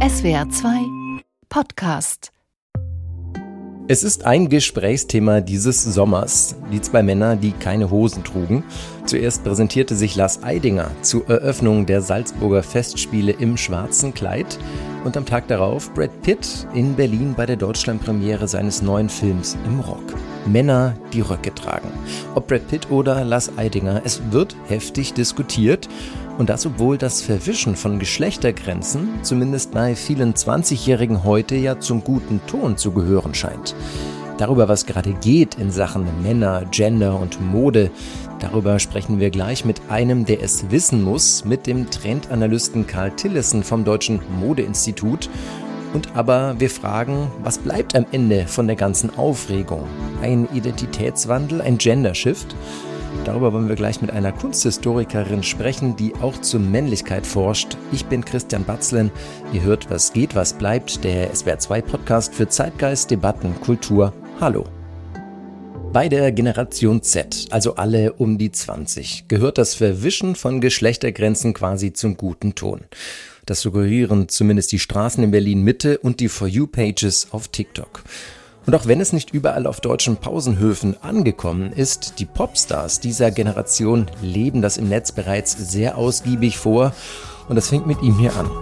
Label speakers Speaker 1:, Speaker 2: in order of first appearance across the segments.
Speaker 1: SWR 2 Podcast.
Speaker 2: Es ist ein Gesprächsthema dieses Sommers, die zwei Männer, die keine Hosen trugen. Zuerst präsentierte sich Lars Eidinger zur Eröffnung der Salzburger Festspiele im schwarzen Kleid und am Tag darauf Brad Pitt in Berlin bei der Deutschlandpremiere seines neuen Films im Rock. Männer, die Röcke tragen. Ob Brad Pitt oder Lars Eidinger, es wird heftig diskutiert. Und das, obwohl das Verwischen von Geschlechtergrenzen, zumindest bei vielen 20-Jährigen heute, ja zum guten Ton zu gehören scheint. Darüber, was gerade geht in Sachen Männer, Gender und Mode, darüber sprechen wir gleich mit einem, der es wissen muss, mit dem Trendanalysten Karl Tillesen vom Deutschen Modeinstitut. Und aber wir fragen, was bleibt am Ende von der ganzen Aufregung? Ein Identitätswandel, ein Gender-Shift? Darüber wollen wir gleich mit einer Kunsthistorikerin sprechen, die auch zur Männlichkeit forscht. Ich bin Christian Batzlen. Ihr hört Was geht, was bleibt, der SWR 2 Podcast für Zeitgeist, Debatten, Kultur. Hallo. Bei der Generation Z, also alle um die 20, gehört das Verwischen von Geschlechtergrenzen quasi zum guten Ton. Das suggerieren zumindest die Straßen in Berlin-Mitte und die For You-Pages auf TikTok. Und auch wenn es nicht überall auf deutschen Pausenhöfen angekommen ist, die Popstars dieser Generation leben das im Netz bereits sehr ausgiebig vor. Und das fängt mit ihm hier an.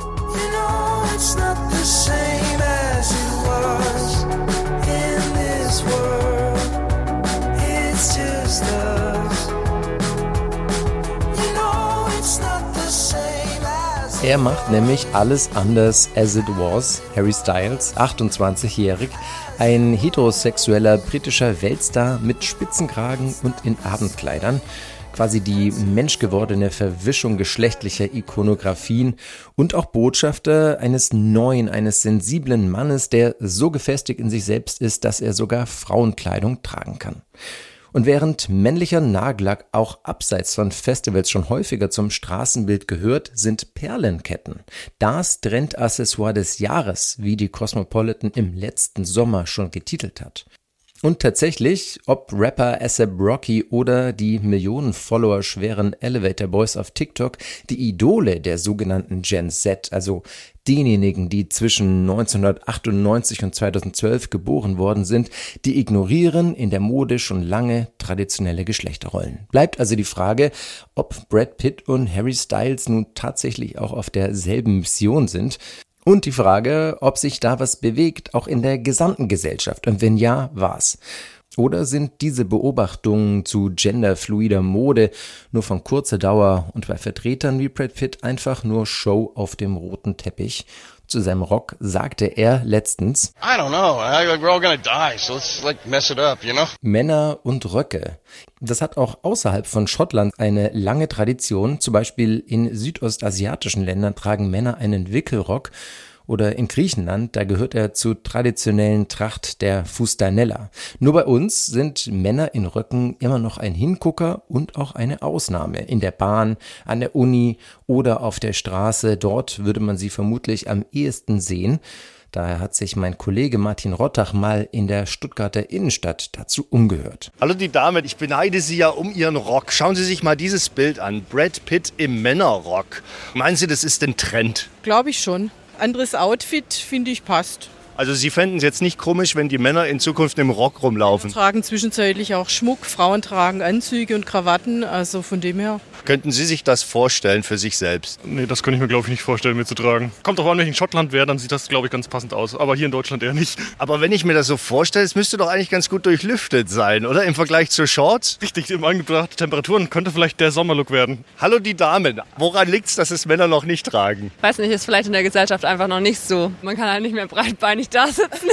Speaker 2: Er macht nämlich alles anders as it was. Harry Styles, 28-jährig, ein heterosexueller britischer Weltstar mit Spitzenkragen und in Abendkleidern. Quasi die menschgewordene Verwischung geschlechtlicher Ikonografien und auch Botschafter eines neuen, eines sensiblen Mannes, der so gefestigt in sich selbst ist, dass er sogar Frauenkleidung tragen kann. Und während männlicher Nagellack auch abseits von Festivals schon häufiger zum Straßenbild gehört, sind Perlenketten das Trendaccessoire des Jahres, wie die Cosmopolitan im letzten Sommer schon getitelt hat. Und tatsächlich, ob Rapper A$AP Rocky oder die Millionen Follower schweren Elevator Boys auf TikTok, die Idole der sogenannten Gen Z, also denjenigen, die zwischen 1998 und 2012 geboren worden sind, die ignorieren in der Mode schon lange traditionelle Geschlechterrollen. Bleibt also die Frage, ob Brad Pitt und Harry Styles nun tatsächlich auch auf derselben Mission sind. Und die Frage, ob sich da was bewegt, auch in der gesamten Gesellschaft. Und wenn ja, was? Oder sind diese Beobachtungen zu genderfluider Mode nur von kurzer Dauer und bei Vertretern wie Brad Pitt einfach nur Show auf dem roten Teppich? Zu seinem Rock sagte er letztens:
Speaker 3: I don't know, we're all gonna die, so let's mess it up, you know?
Speaker 2: Männer und Röcke. Das hat auch außerhalb von Schottland eine lange Tradition. Zum Beispiel in südostasiatischen Ländern tragen Männer einen Wickelrock. Oder in Griechenland, da gehört er zur traditionellen Tracht der Fustanella. Nur bei uns sind Männer in Röcken immer noch ein Hingucker und auch eine Ausnahme. In der Bahn, an der Uni oder auf der Straße, dort würde man sie vermutlich am ehesten sehen. Daher hat sich mein Kollege Martin Rottach mal in der Stuttgarter Innenstadt dazu umgehört.
Speaker 4: Hallo die Dame, ich beneide Sie ja um Ihren Rock. Schauen Sie sich mal dieses Bild an. Brad Pitt im Männerrock. Meinen Sie, das ist ein Trend?
Speaker 5: Glaube ich schon. Anderes Outfit, finde ich, passt.
Speaker 4: Also Sie fänden es jetzt nicht komisch, wenn die Männer in Zukunft im Rock rumlaufen?
Speaker 5: Wir tragen zwischenzeitlich auch Schmuck, Frauen tragen Anzüge und Krawatten, also von dem her.
Speaker 4: Könnten Sie sich das vorstellen für sich selbst?
Speaker 6: Nee, das könnte ich mir, glaube ich, nicht vorstellen, mir zu tragen. Kommt drauf an, wenn ich in Schottland wäre, dann sieht das, glaube ich, ganz passend aus. Aber hier in Deutschland eher nicht.
Speaker 4: Aber wenn ich mir das so vorstelle, es müsste doch eigentlich ganz gut durchlüftet sein, oder? Im Vergleich zu Shorts?
Speaker 6: Richtig, im angebrachten Temperaturen könnte vielleicht der Sommerlook werden.
Speaker 4: Hallo die Damen, woran liegt es, dass es Männer noch nicht tragen?
Speaker 7: Weiß nicht, ist vielleicht in der Gesellschaft einfach noch nicht so. Man kann halt nicht mehr breitbeinig da sitzen.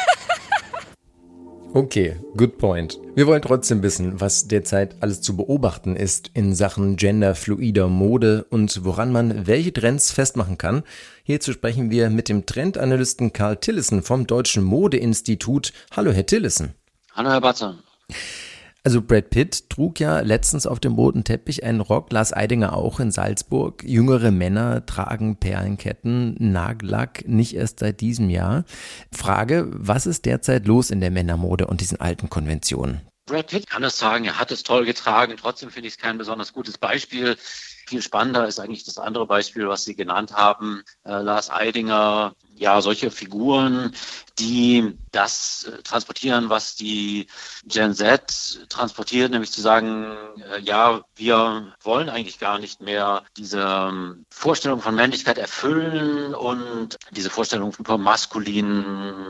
Speaker 2: Okay, good point. Wir wollen trotzdem wissen, was derzeit alles zu beobachten ist in Sachen genderfluider Mode und woran man welche Trends festmachen kann. Hierzu sprechen wir mit dem Trendanalysten Karl Tillesen vom Deutschen Modeinstitut. Hallo, Herr Tillesen.
Speaker 8: Hallo, Herr Batzer.
Speaker 2: Also Brad Pitt trug ja letztens auf dem roten Teppich einen Rock, Lars Eidinger auch in Salzburg. Jüngere Männer tragen Perlenketten, Nagellack, nicht erst seit diesem Jahr. Frage, was ist derzeit los in der Männermode und diesen alten Konventionen?
Speaker 8: Brad Pitt kann das sagen, er hat es toll getragen, trotzdem finde ich es kein besonders gutes Beispiel. Viel spannender ist eigentlich das andere Beispiel, was Sie genannt haben, Lars Eidinger. Ja, solche Figuren, die das transportieren, was die Gen Z transportiert, nämlich zu sagen, ja, wir wollen eigentlich gar nicht mehr diese Vorstellung von Männlichkeit erfüllen und diese Vorstellung von maskulinen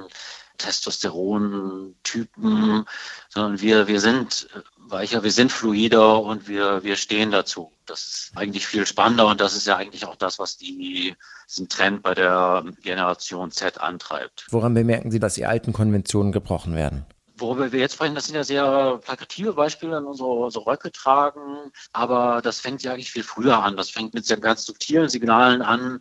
Speaker 8: Testosteron-Typen, sondern wir sind weicher, wir sind fluider und wir stehen dazu. Das ist eigentlich viel spannender und das ist ja eigentlich auch das, was diesen Trend bei der Generation Z antreibt.
Speaker 2: Woran bemerken Sie, dass die alten Konventionen gebrochen werden?
Speaker 8: Worüber wir jetzt sprechen, das sind ja sehr plakative Beispiele, unsere Röcke tragen, aber das fängt ja eigentlich viel früher an. Das fängt mit sehr ganz subtilen Signalen an,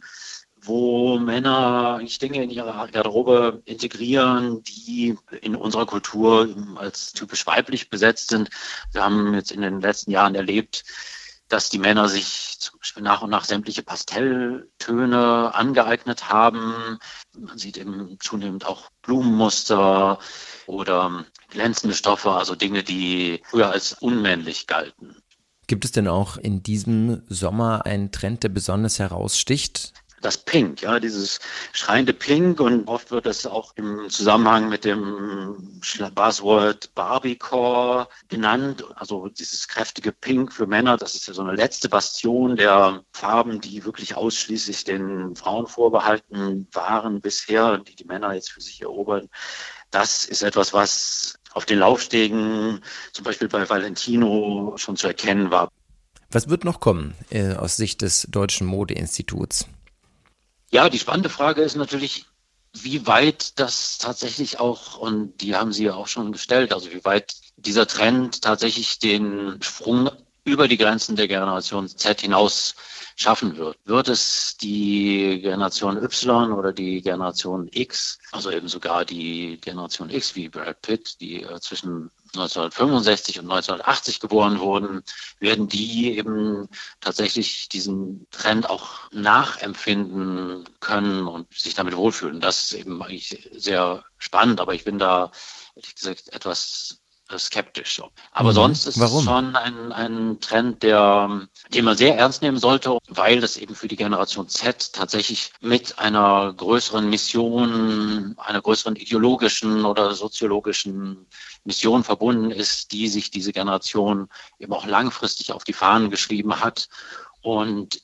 Speaker 8: wo Männer eigentlich Dinge in ihre Garderobe integrieren, die in unserer Kultur als typisch weiblich besetzt sind. Wir haben jetzt in den letzten Jahren erlebt, dass die Männer sich zum Beispiel nach und nach sämtliche Pastelltöne angeeignet haben. Man sieht eben zunehmend auch Blumenmuster oder glänzende Stoffe, also Dinge, die früher als unmännlich galten.
Speaker 2: Gibt es denn auch in diesem Sommer einen Trend, der besonders heraussticht?
Speaker 8: Das Pink, ja, dieses schreiende Pink, und oft wird das auch im Zusammenhang mit dem Buzzword Barbiecore genannt, also dieses kräftige Pink für Männer, das ist ja so eine letzte Bastion der Farben, die wirklich ausschließlich den Frauen vorbehalten waren bisher, die Männer jetzt für sich erobern. Das ist etwas, was auf den Laufstegen, zum Beispiel bei Valentino, schon zu erkennen war.
Speaker 2: Was wird noch kommen aus Sicht des Deutschen Modeinstituts?
Speaker 8: Ja, die spannende Frage ist natürlich, wie weit das tatsächlich auch, und die haben Sie ja auch schon gestellt, also wie weit dieser Trend tatsächlich den Sprung über die Grenzen der Generation Z hinaus schaffen wird. Wird es die Generation Y oder die Generation X, also eben sogar die Generation X wie Brad Pitt, die zwischen 1965 und 1980 geboren wurden, werden die eben tatsächlich diesen Trend auch nachempfinden können und sich damit wohlfühlen. Das ist eben eigentlich sehr spannend, aber ich bin da, ehrlich gesagt, etwas skeptisch. Aber sonst ist es schon ein Trend, den man sehr ernst nehmen sollte, weil das eben für die Generation Z tatsächlich mit einer größeren Mission, einer größeren ideologischen oder soziologischen Mission verbunden ist, die sich diese Generation eben auch langfristig auf die Fahnen geschrieben hat. Und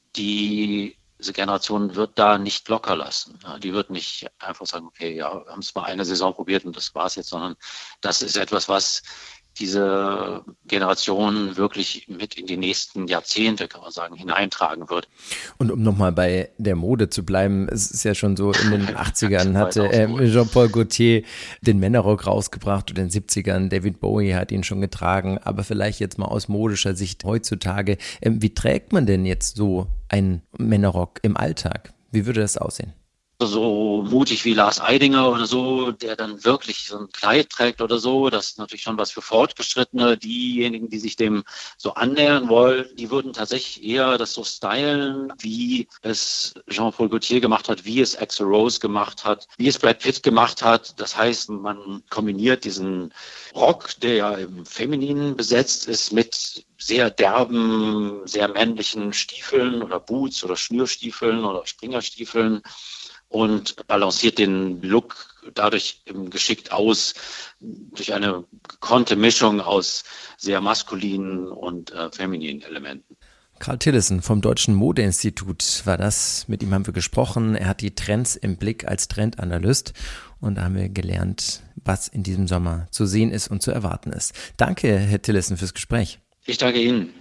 Speaker 8: diese Generation wird da nicht locker lassen. Die wird nicht einfach sagen, okay, ja, wir haben es mal eine Saison probiert und das war's jetzt, sondern das ist etwas, was diese Generation wirklich mit in die nächsten Jahrzehnte, kann man sagen, hineintragen wird.
Speaker 2: Und um nochmal bei der Mode zu bleiben, es ist ja schon so, in den 80ern hatte Jean-Paul Gaultier den Männerrock rausgebracht, oder in den 70ern, David Bowie hat ihn schon getragen, aber vielleicht jetzt mal aus modischer Sicht heutzutage. Wie trägt man denn jetzt so einen Männerrock im Alltag? Wie würde das aussehen?
Speaker 8: So mutig wie Lars Eidinger oder so, der dann wirklich so ein Kleid trägt oder so, das ist natürlich schon was für Fortgeschrittene. Diejenigen, die sich dem so annähern wollen, die würden tatsächlich eher das so stylen, wie es Jean-Paul Gaultier gemacht hat, wie es Axl Rose gemacht hat, wie es Brad Pitt gemacht hat. Das heißt, man kombiniert diesen Rock, der ja im Femininen besetzt ist, mit sehr derben, sehr männlichen Stiefeln oder Boots oder Schnürstiefeln oder Springerstiefeln und balanciert den Look dadurch eben geschickt aus, durch eine gekonnte Mischung aus sehr maskulinen und femininen Elementen.
Speaker 2: Carl Tillessen vom Deutschen Modeinstitut war das. Mit ihm haben wir gesprochen. Er hat die Trends im Blick als Trendanalyst. Und da haben wir gelernt, was in diesem Sommer zu sehen ist und zu erwarten ist. Danke, Herr Tillessen, fürs Gespräch.
Speaker 8: Ich danke Ihnen.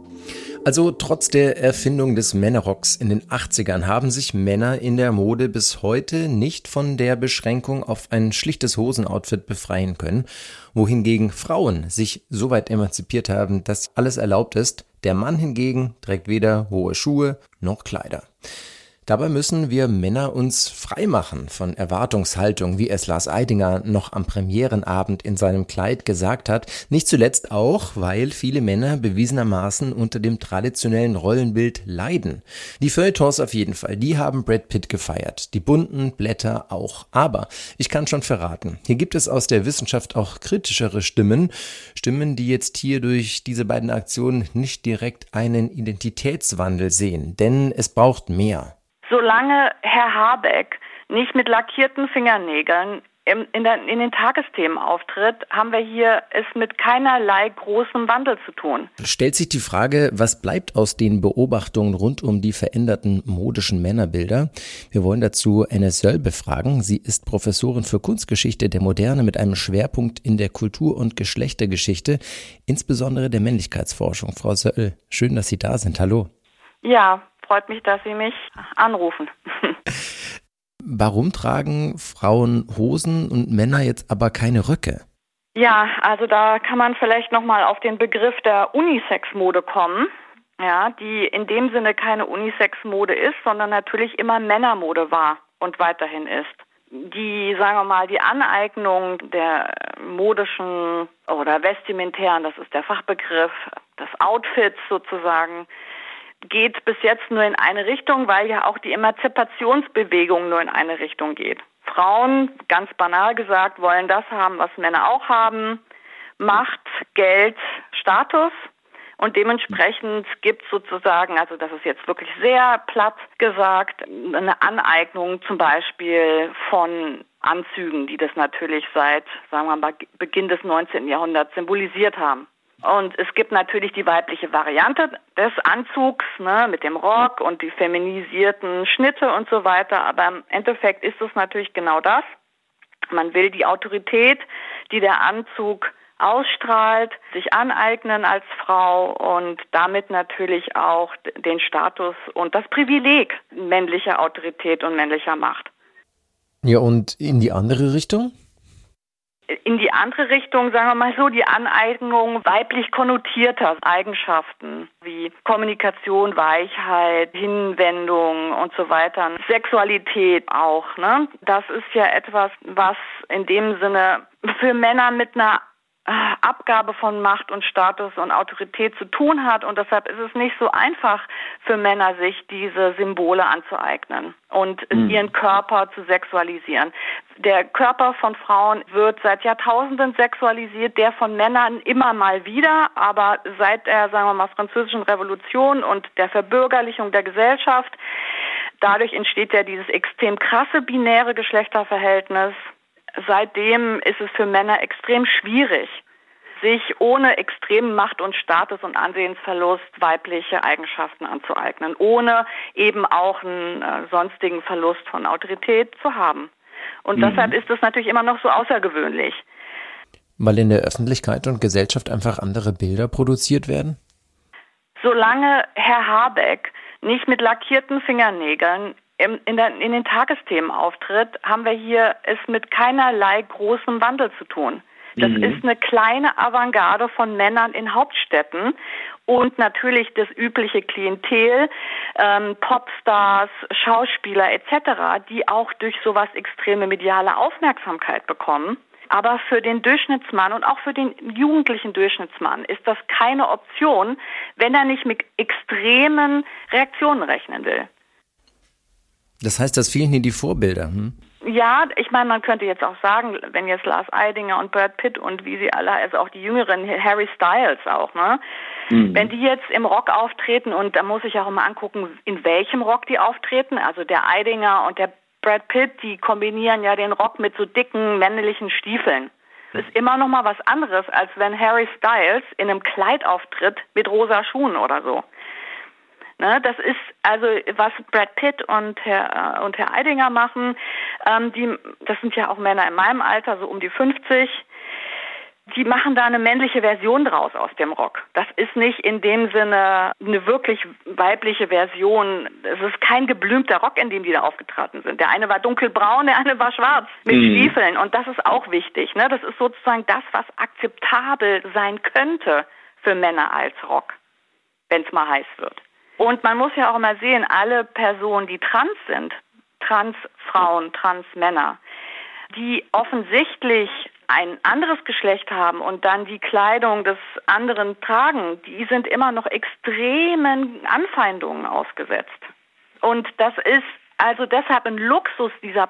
Speaker 2: Also trotz der Erfindung des Männerrocks in den 80ern haben sich Männer in der Mode bis heute nicht von der Beschränkung auf ein schlichtes Hosenoutfit befreien können, wohingegen Frauen sich so weit emanzipiert haben, dass alles erlaubt ist. Der Mann hingegen trägt weder hohe Schuhe noch Kleider. Dabei müssen wir Männer uns freimachen von Erwartungshaltung, wie es Lars Eidinger noch am Premierenabend in seinem Kleid gesagt hat. Nicht zuletzt auch, weil viele Männer bewiesenermaßen unter dem traditionellen Rollenbild leiden. Die Feuilletons auf jeden Fall, die haben Brad Pitt gefeiert. Die bunten Blätter auch. Aber ich kann schon verraten, hier gibt es aus der Wissenschaft auch kritischere Stimmen, die jetzt hier durch diese beiden Aktionen nicht direkt einen Identitätswandel sehen. Denn es braucht mehr.
Speaker 9: Solange Herr Habeck nicht mit lackierten Fingernägeln in den Tagesthemen auftritt, haben wir hier es mit keinerlei großem Wandel zu tun.
Speaker 2: Stellt sich die Frage, was bleibt aus den Beobachtungen rund um die veränderten modischen Männerbilder? Wir wollen dazu Anne Söll befragen. Sie ist Professorin für Kunstgeschichte der Moderne mit einem Schwerpunkt in der Kultur- und Geschlechtergeschichte, insbesondere der Männlichkeitsforschung. Frau Söll, schön, dass Sie da sind. Hallo.
Speaker 9: Ja, freut mich, dass Sie mich anrufen.
Speaker 2: Warum tragen Frauen Hosen und Männer jetzt aber keine Röcke?
Speaker 9: Ja, also da kann man vielleicht nochmal auf den Begriff der Unisex-Mode kommen, ja, die in dem Sinne keine Unisex-Mode ist, sondern natürlich immer Männermode war und weiterhin ist. Die, sagen wir mal, die Aneignung der modischen oder vestimentären, das ist der Fachbegriff, des Outfits sozusagen, geht bis jetzt nur in eine Richtung, weil ja auch die Emanzipationsbewegung nur in eine Richtung geht. Frauen, ganz banal gesagt, wollen das haben, was Männer auch haben. Macht, Geld, Status. Und dementsprechend gibt es sozusagen, also das ist jetzt wirklich sehr platt gesagt, eine Aneignung zum Beispiel von Anzügen, die das natürlich seit, sagen wir mal, Beginn des 19. Jahrhunderts symbolisiert haben. Und es gibt natürlich die weibliche Variante des Anzugs, ne, mit dem Rock und die feminisierten Schnitte und so weiter. Aber im Endeffekt ist es natürlich genau das. Man will die Autorität, die der Anzug ausstrahlt, sich aneignen als Frau und damit natürlich auch den Status und das Privileg männlicher Autorität und männlicher Macht.
Speaker 2: Ja, und in die andere Richtung?
Speaker 9: In die andere Richtung, sagen wir mal so, die Aneignung weiblich konnotierter Eigenschaften wie Kommunikation, Weichheit, Hinwendung und so weiter, Sexualität auch, ne? Das ist ja etwas, was in dem Sinne für Männer mit einer Abgabe von Macht und Status und Autorität zu tun hat und deshalb ist es nicht so einfach für Männer, sich diese Symbole anzueignen und ihren Körper zu sexualisieren. Der Körper von Frauen wird seit Jahrtausenden sexualisiert, der von Männern immer mal wieder, aber seit der, sagen wir mal, Französischen Revolution und der Verbürgerlichung der Gesellschaft, dadurch entsteht ja dieses extrem krasse binäre Geschlechterverhältnis. Seitdem ist es für Männer extrem schwierig, sich ohne extremen Macht- und Status- und Ansehensverlust weibliche Eigenschaften anzueignen, ohne eben auch einen sonstigen Verlust von Autorität zu haben. Und deshalb ist es natürlich immer noch so außergewöhnlich.
Speaker 2: Weil in der Öffentlichkeit und Gesellschaft einfach andere Bilder produziert werden?
Speaker 9: Solange Herr Habeck nicht mit lackierten Fingernägeln in den Tagesthemen auftritt, haben wir hier es mit keinerlei großem Wandel zu tun. Das ist eine kleine Avantgarde von Männern in Hauptstädten und natürlich das übliche Klientel, Popstars, Schauspieler etc., die auch durch sowas extreme mediale Aufmerksamkeit bekommen. Aber für den Durchschnittsmann und auch für den jugendlichen Durchschnittsmann ist das keine Option, wenn er nicht mit extremen Reaktionen rechnen will.
Speaker 2: Das heißt, das fehlen hier die Vorbilder.
Speaker 9: Ja, ich meine, man könnte jetzt auch sagen, wenn jetzt Lars Eidinger und Brad Pitt und wie sie alle, also auch die Jüngeren, Harry Styles auch, ne? Wenn die jetzt im Rock auftreten und da muss ich auch immer angucken, in welchem Rock die auftreten, also der Eidinger und der Brad Pitt, die kombinieren ja den Rock mit so dicken männlichen Stiefeln. Das ist immer noch mal was anderes, als wenn Harry Styles in einem Kleid auftritt mit rosa Schuhen oder so. Ne, das ist also, was Brad Pitt und Herr Eidinger machen, das sind ja auch Männer in meinem Alter, so um die 50, die machen da eine männliche Version draus aus dem Rock. Das ist nicht in dem Sinne eine wirklich weibliche Version. Es ist kein geblümter Rock, in dem die da aufgetreten sind. Der eine war dunkelbraun, der eine war schwarz mit Stiefeln und das ist auch wichtig. Ne? Das ist sozusagen das, was akzeptabel sein könnte für Männer als Rock, wenn es mal heiß wird. Und man muss ja auch mal sehen, alle Personen, die trans sind, Transfrauen, Transmänner, die offensichtlich ein anderes Geschlecht haben und dann die Kleidung des anderen tragen, die sind immer noch extremen Anfeindungen ausgesetzt. Und das ist also deshalb ein Luxus dieser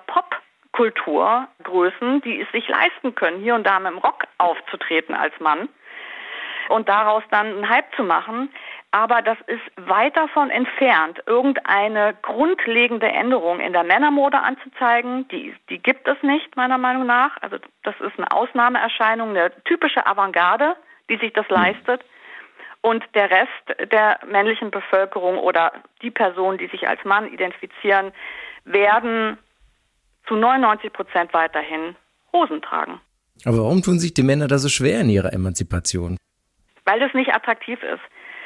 Speaker 9: Popkulturgrößen, die es sich leisten können, hier und da mit dem Rock aufzutreten als Mann und daraus dann einen Hype zu machen. Aber das ist weit davon entfernt, irgendeine grundlegende Änderung in der Männermode anzuzeigen. Die gibt es nicht, meiner Meinung nach. Also das ist eine Ausnahmeerscheinung, eine typische Avantgarde, die sich das leistet. Und der Rest der männlichen Bevölkerung oder die Personen, die sich als Mann identifizieren, werden zu 99% weiterhin Hosen tragen.
Speaker 2: Aber warum tun sich die Männer da so schwer in ihrer Emanzipation?
Speaker 9: Weil das nicht attraktiv ist.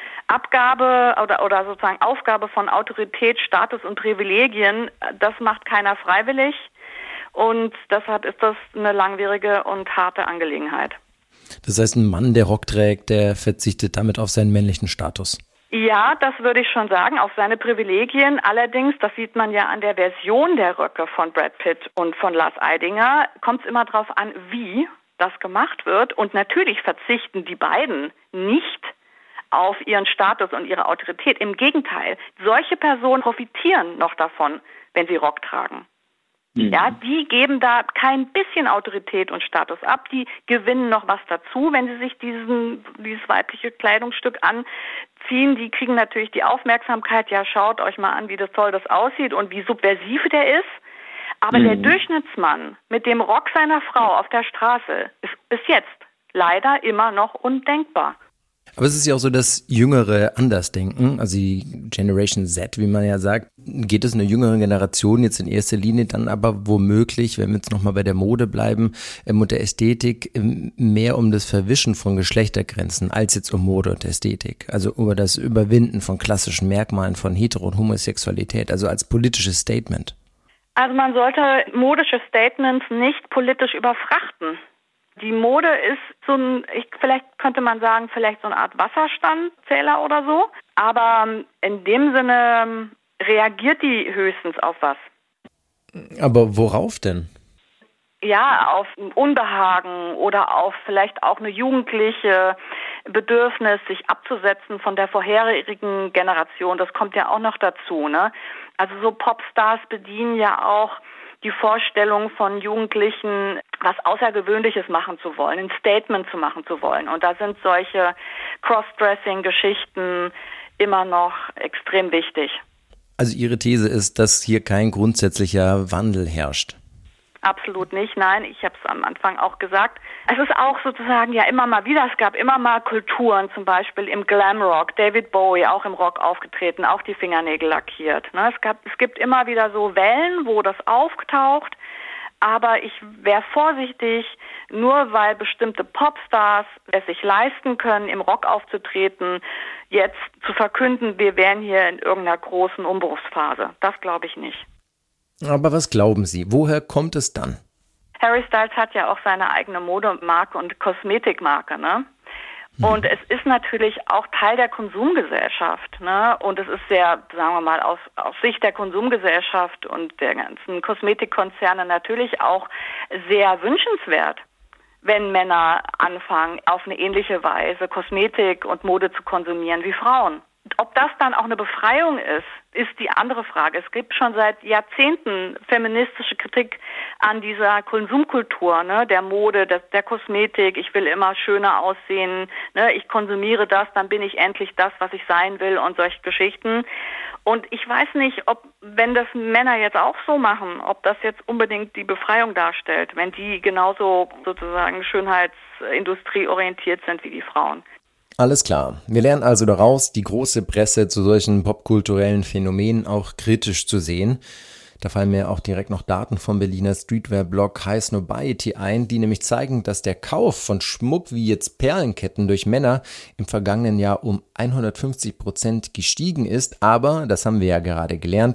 Speaker 9: Abgabe oder sozusagen Aufgabe von Autorität, Status und Privilegien, das macht keiner freiwillig und deshalb ist das eine langwierige und harte Angelegenheit.
Speaker 2: Das heißt, ein Mann, der Rock trägt, der verzichtet damit auf seinen männlichen Status.
Speaker 9: Ja, das würde ich schon sagen, auf seine Privilegien. Allerdings, das sieht man ja an der Version der Röcke von Brad Pitt und von Lars Eidinger, kommt es immer darauf an, wie das gemacht wird. Und natürlich verzichten die beiden nicht auf ihren Status und ihre Autorität. Im Gegenteil, solche Personen profitieren noch davon, wenn sie Rock tragen. Ja, die geben da kein bisschen Autorität und Status ab. Die gewinnen noch was dazu, wenn sie sich dieses weibliche Kleidungsstück anziehen. Die kriegen natürlich die Aufmerksamkeit. Ja, schaut euch mal an, wie das toll das aussieht und wie subversiv der ist. Aber der Durchschnittsmann mit dem Rock seiner Frau auf der Straße ist bis jetzt leider immer noch undenkbar.
Speaker 2: Aber es ist ja auch so, dass Jüngere anders denken, also die Generation Z, wie man ja sagt. Geht es einer jüngeren Generation jetzt in erster Linie dann aber womöglich, wenn wir jetzt nochmal bei der Mode bleiben und der Ästhetik, mehr um das Verwischen von Geschlechtergrenzen als jetzt um Mode und Ästhetik? Also über das Überwinden von klassischen Merkmalen von Hetero- und Homosexualität, also als politisches Statement?
Speaker 9: Also man sollte modische Statements nicht politisch überfrachten. Die Mode ist vielleicht könnte man sagen, vielleicht so eine Art Wasserstandzähler oder so. Aber in dem Sinne reagiert die höchstens auf was.
Speaker 2: Aber worauf denn?
Speaker 9: Ja, auf ein Unbehagen oder auf vielleicht auch eine jugendliche Bedürfnis, sich abzusetzen von der vorherigen Generation. Das kommt ja auch noch dazu, ne? Also so Popstars bedienen ja auch die Vorstellung von Jugendlichen, was Außergewöhnliches machen zu wollen, ein Statement zu machen zu wollen. Und da sind solche Crossdressing-Geschichten immer noch extrem wichtig.
Speaker 2: Also Ihre These ist, dass hier kein grundsätzlicher Wandel herrscht?
Speaker 9: Absolut nicht, nein, ich habe es am Anfang auch gesagt. Es ist auch sozusagen ja immer mal wieder, es gab immer mal Kulturen, zum Beispiel im Glamrock, David Bowie auch im Rock aufgetreten, auch die Fingernägel lackiert. Ne? Es gibt immer wieder so Wellen, wo das auftaucht, aber ich wäre vorsichtig, nur weil bestimmte Popstars es sich leisten können, im Rock aufzutreten, jetzt zu verkünden, wir wären hier in irgendeiner großen Umbruchsphase. Das glaube ich nicht.
Speaker 2: Aber was glauben Sie? Woher kommt es dann?
Speaker 9: Harry Styles hat ja auch seine eigene Modemarke und Kosmetikmarke, ne? Und es ist natürlich auch Teil der Konsumgesellschaft, ne? Und es ist sehr, sagen wir mal, aus Sicht der Konsumgesellschaft und der ganzen Kosmetikkonzerne natürlich auch sehr wünschenswert, wenn Männer anfangen, auf eine ähnliche Weise Kosmetik und Mode zu konsumieren wie Frauen. Ob das dann auch eine Befreiung ist die andere Frage. Es gibt schon seit Jahrzehnten feministische Kritik an dieser Konsumkultur, ne, der Mode, der Kosmetik. Ich will immer schöner aussehen, ne, ich konsumiere das, dann bin ich endlich das, was ich sein will und solche Geschichten. Und ich weiß nicht, ob, wenn das Männer jetzt auch so machen, ob das jetzt unbedingt die Befreiung darstellt, wenn die genauso sozusagen Schönheitsindustrie orientiert sind wie die Frauen.
Speaker 2: Alles klar. Wir lernen also daraus, die große Presse zu solchen popkulturellen Phänomenen auch kritisch zu sehen. Da fallen mir auch direkt noch Daten vom Berliner Streetwear-Blog High Snobiety ein, die nämlich zeigen, dass der Kauf von Schmuck wie jetzt Perlenketten durch Männer im vergangenen Jahr um 150% gestiegen ist. Aber, das haben wir ja gerade gelernt,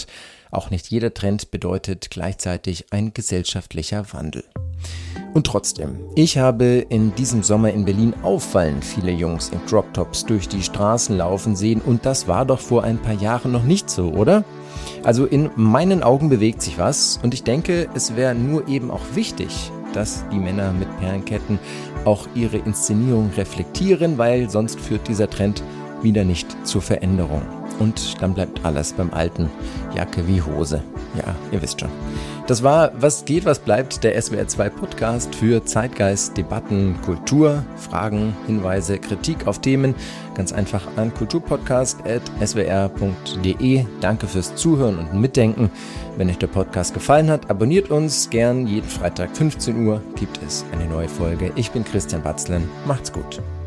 Speaker 2: Auch nicht jeder Trend bedeutet gleichzeitig ein gesellschaftlicher Wandel. Und trotzdem, ich habe in diesem Sommer in Berlin auffallend viele Jungs in Crop-Tops durch die Straßen laufen sehen und das war doch vor ein paar Jahren noch nicht so, oder? Also in meinen Augen bewegt sich was und ich denke, es wäre nur eben auch wichtig, dass die Männer mit Perlenketten auch ihre Inszenierung reflektieren, weil sonst führt dieser Trend wieder nicht zur Veränderung. Und dann bleibt alles beim Alten, Jacke wie Hose. Ja, ihr wisst schon. Das war Was geht, was bleibt, der SWR2 Podcast für Zeitgeist, Debatten, Kultur, Fragen, Hinweise, Kritik auf Themen. Ganz einfach an kulturpodcast@swr.de. Danke fürs Zuhören und Mitdenken. Wenn euch der Podcast gefallen hat, abonniert uns gern. Jeden Freitag 15 Uhr gibt es eine neue Folge. Ich bin Christian Batzlen. Macht's gut.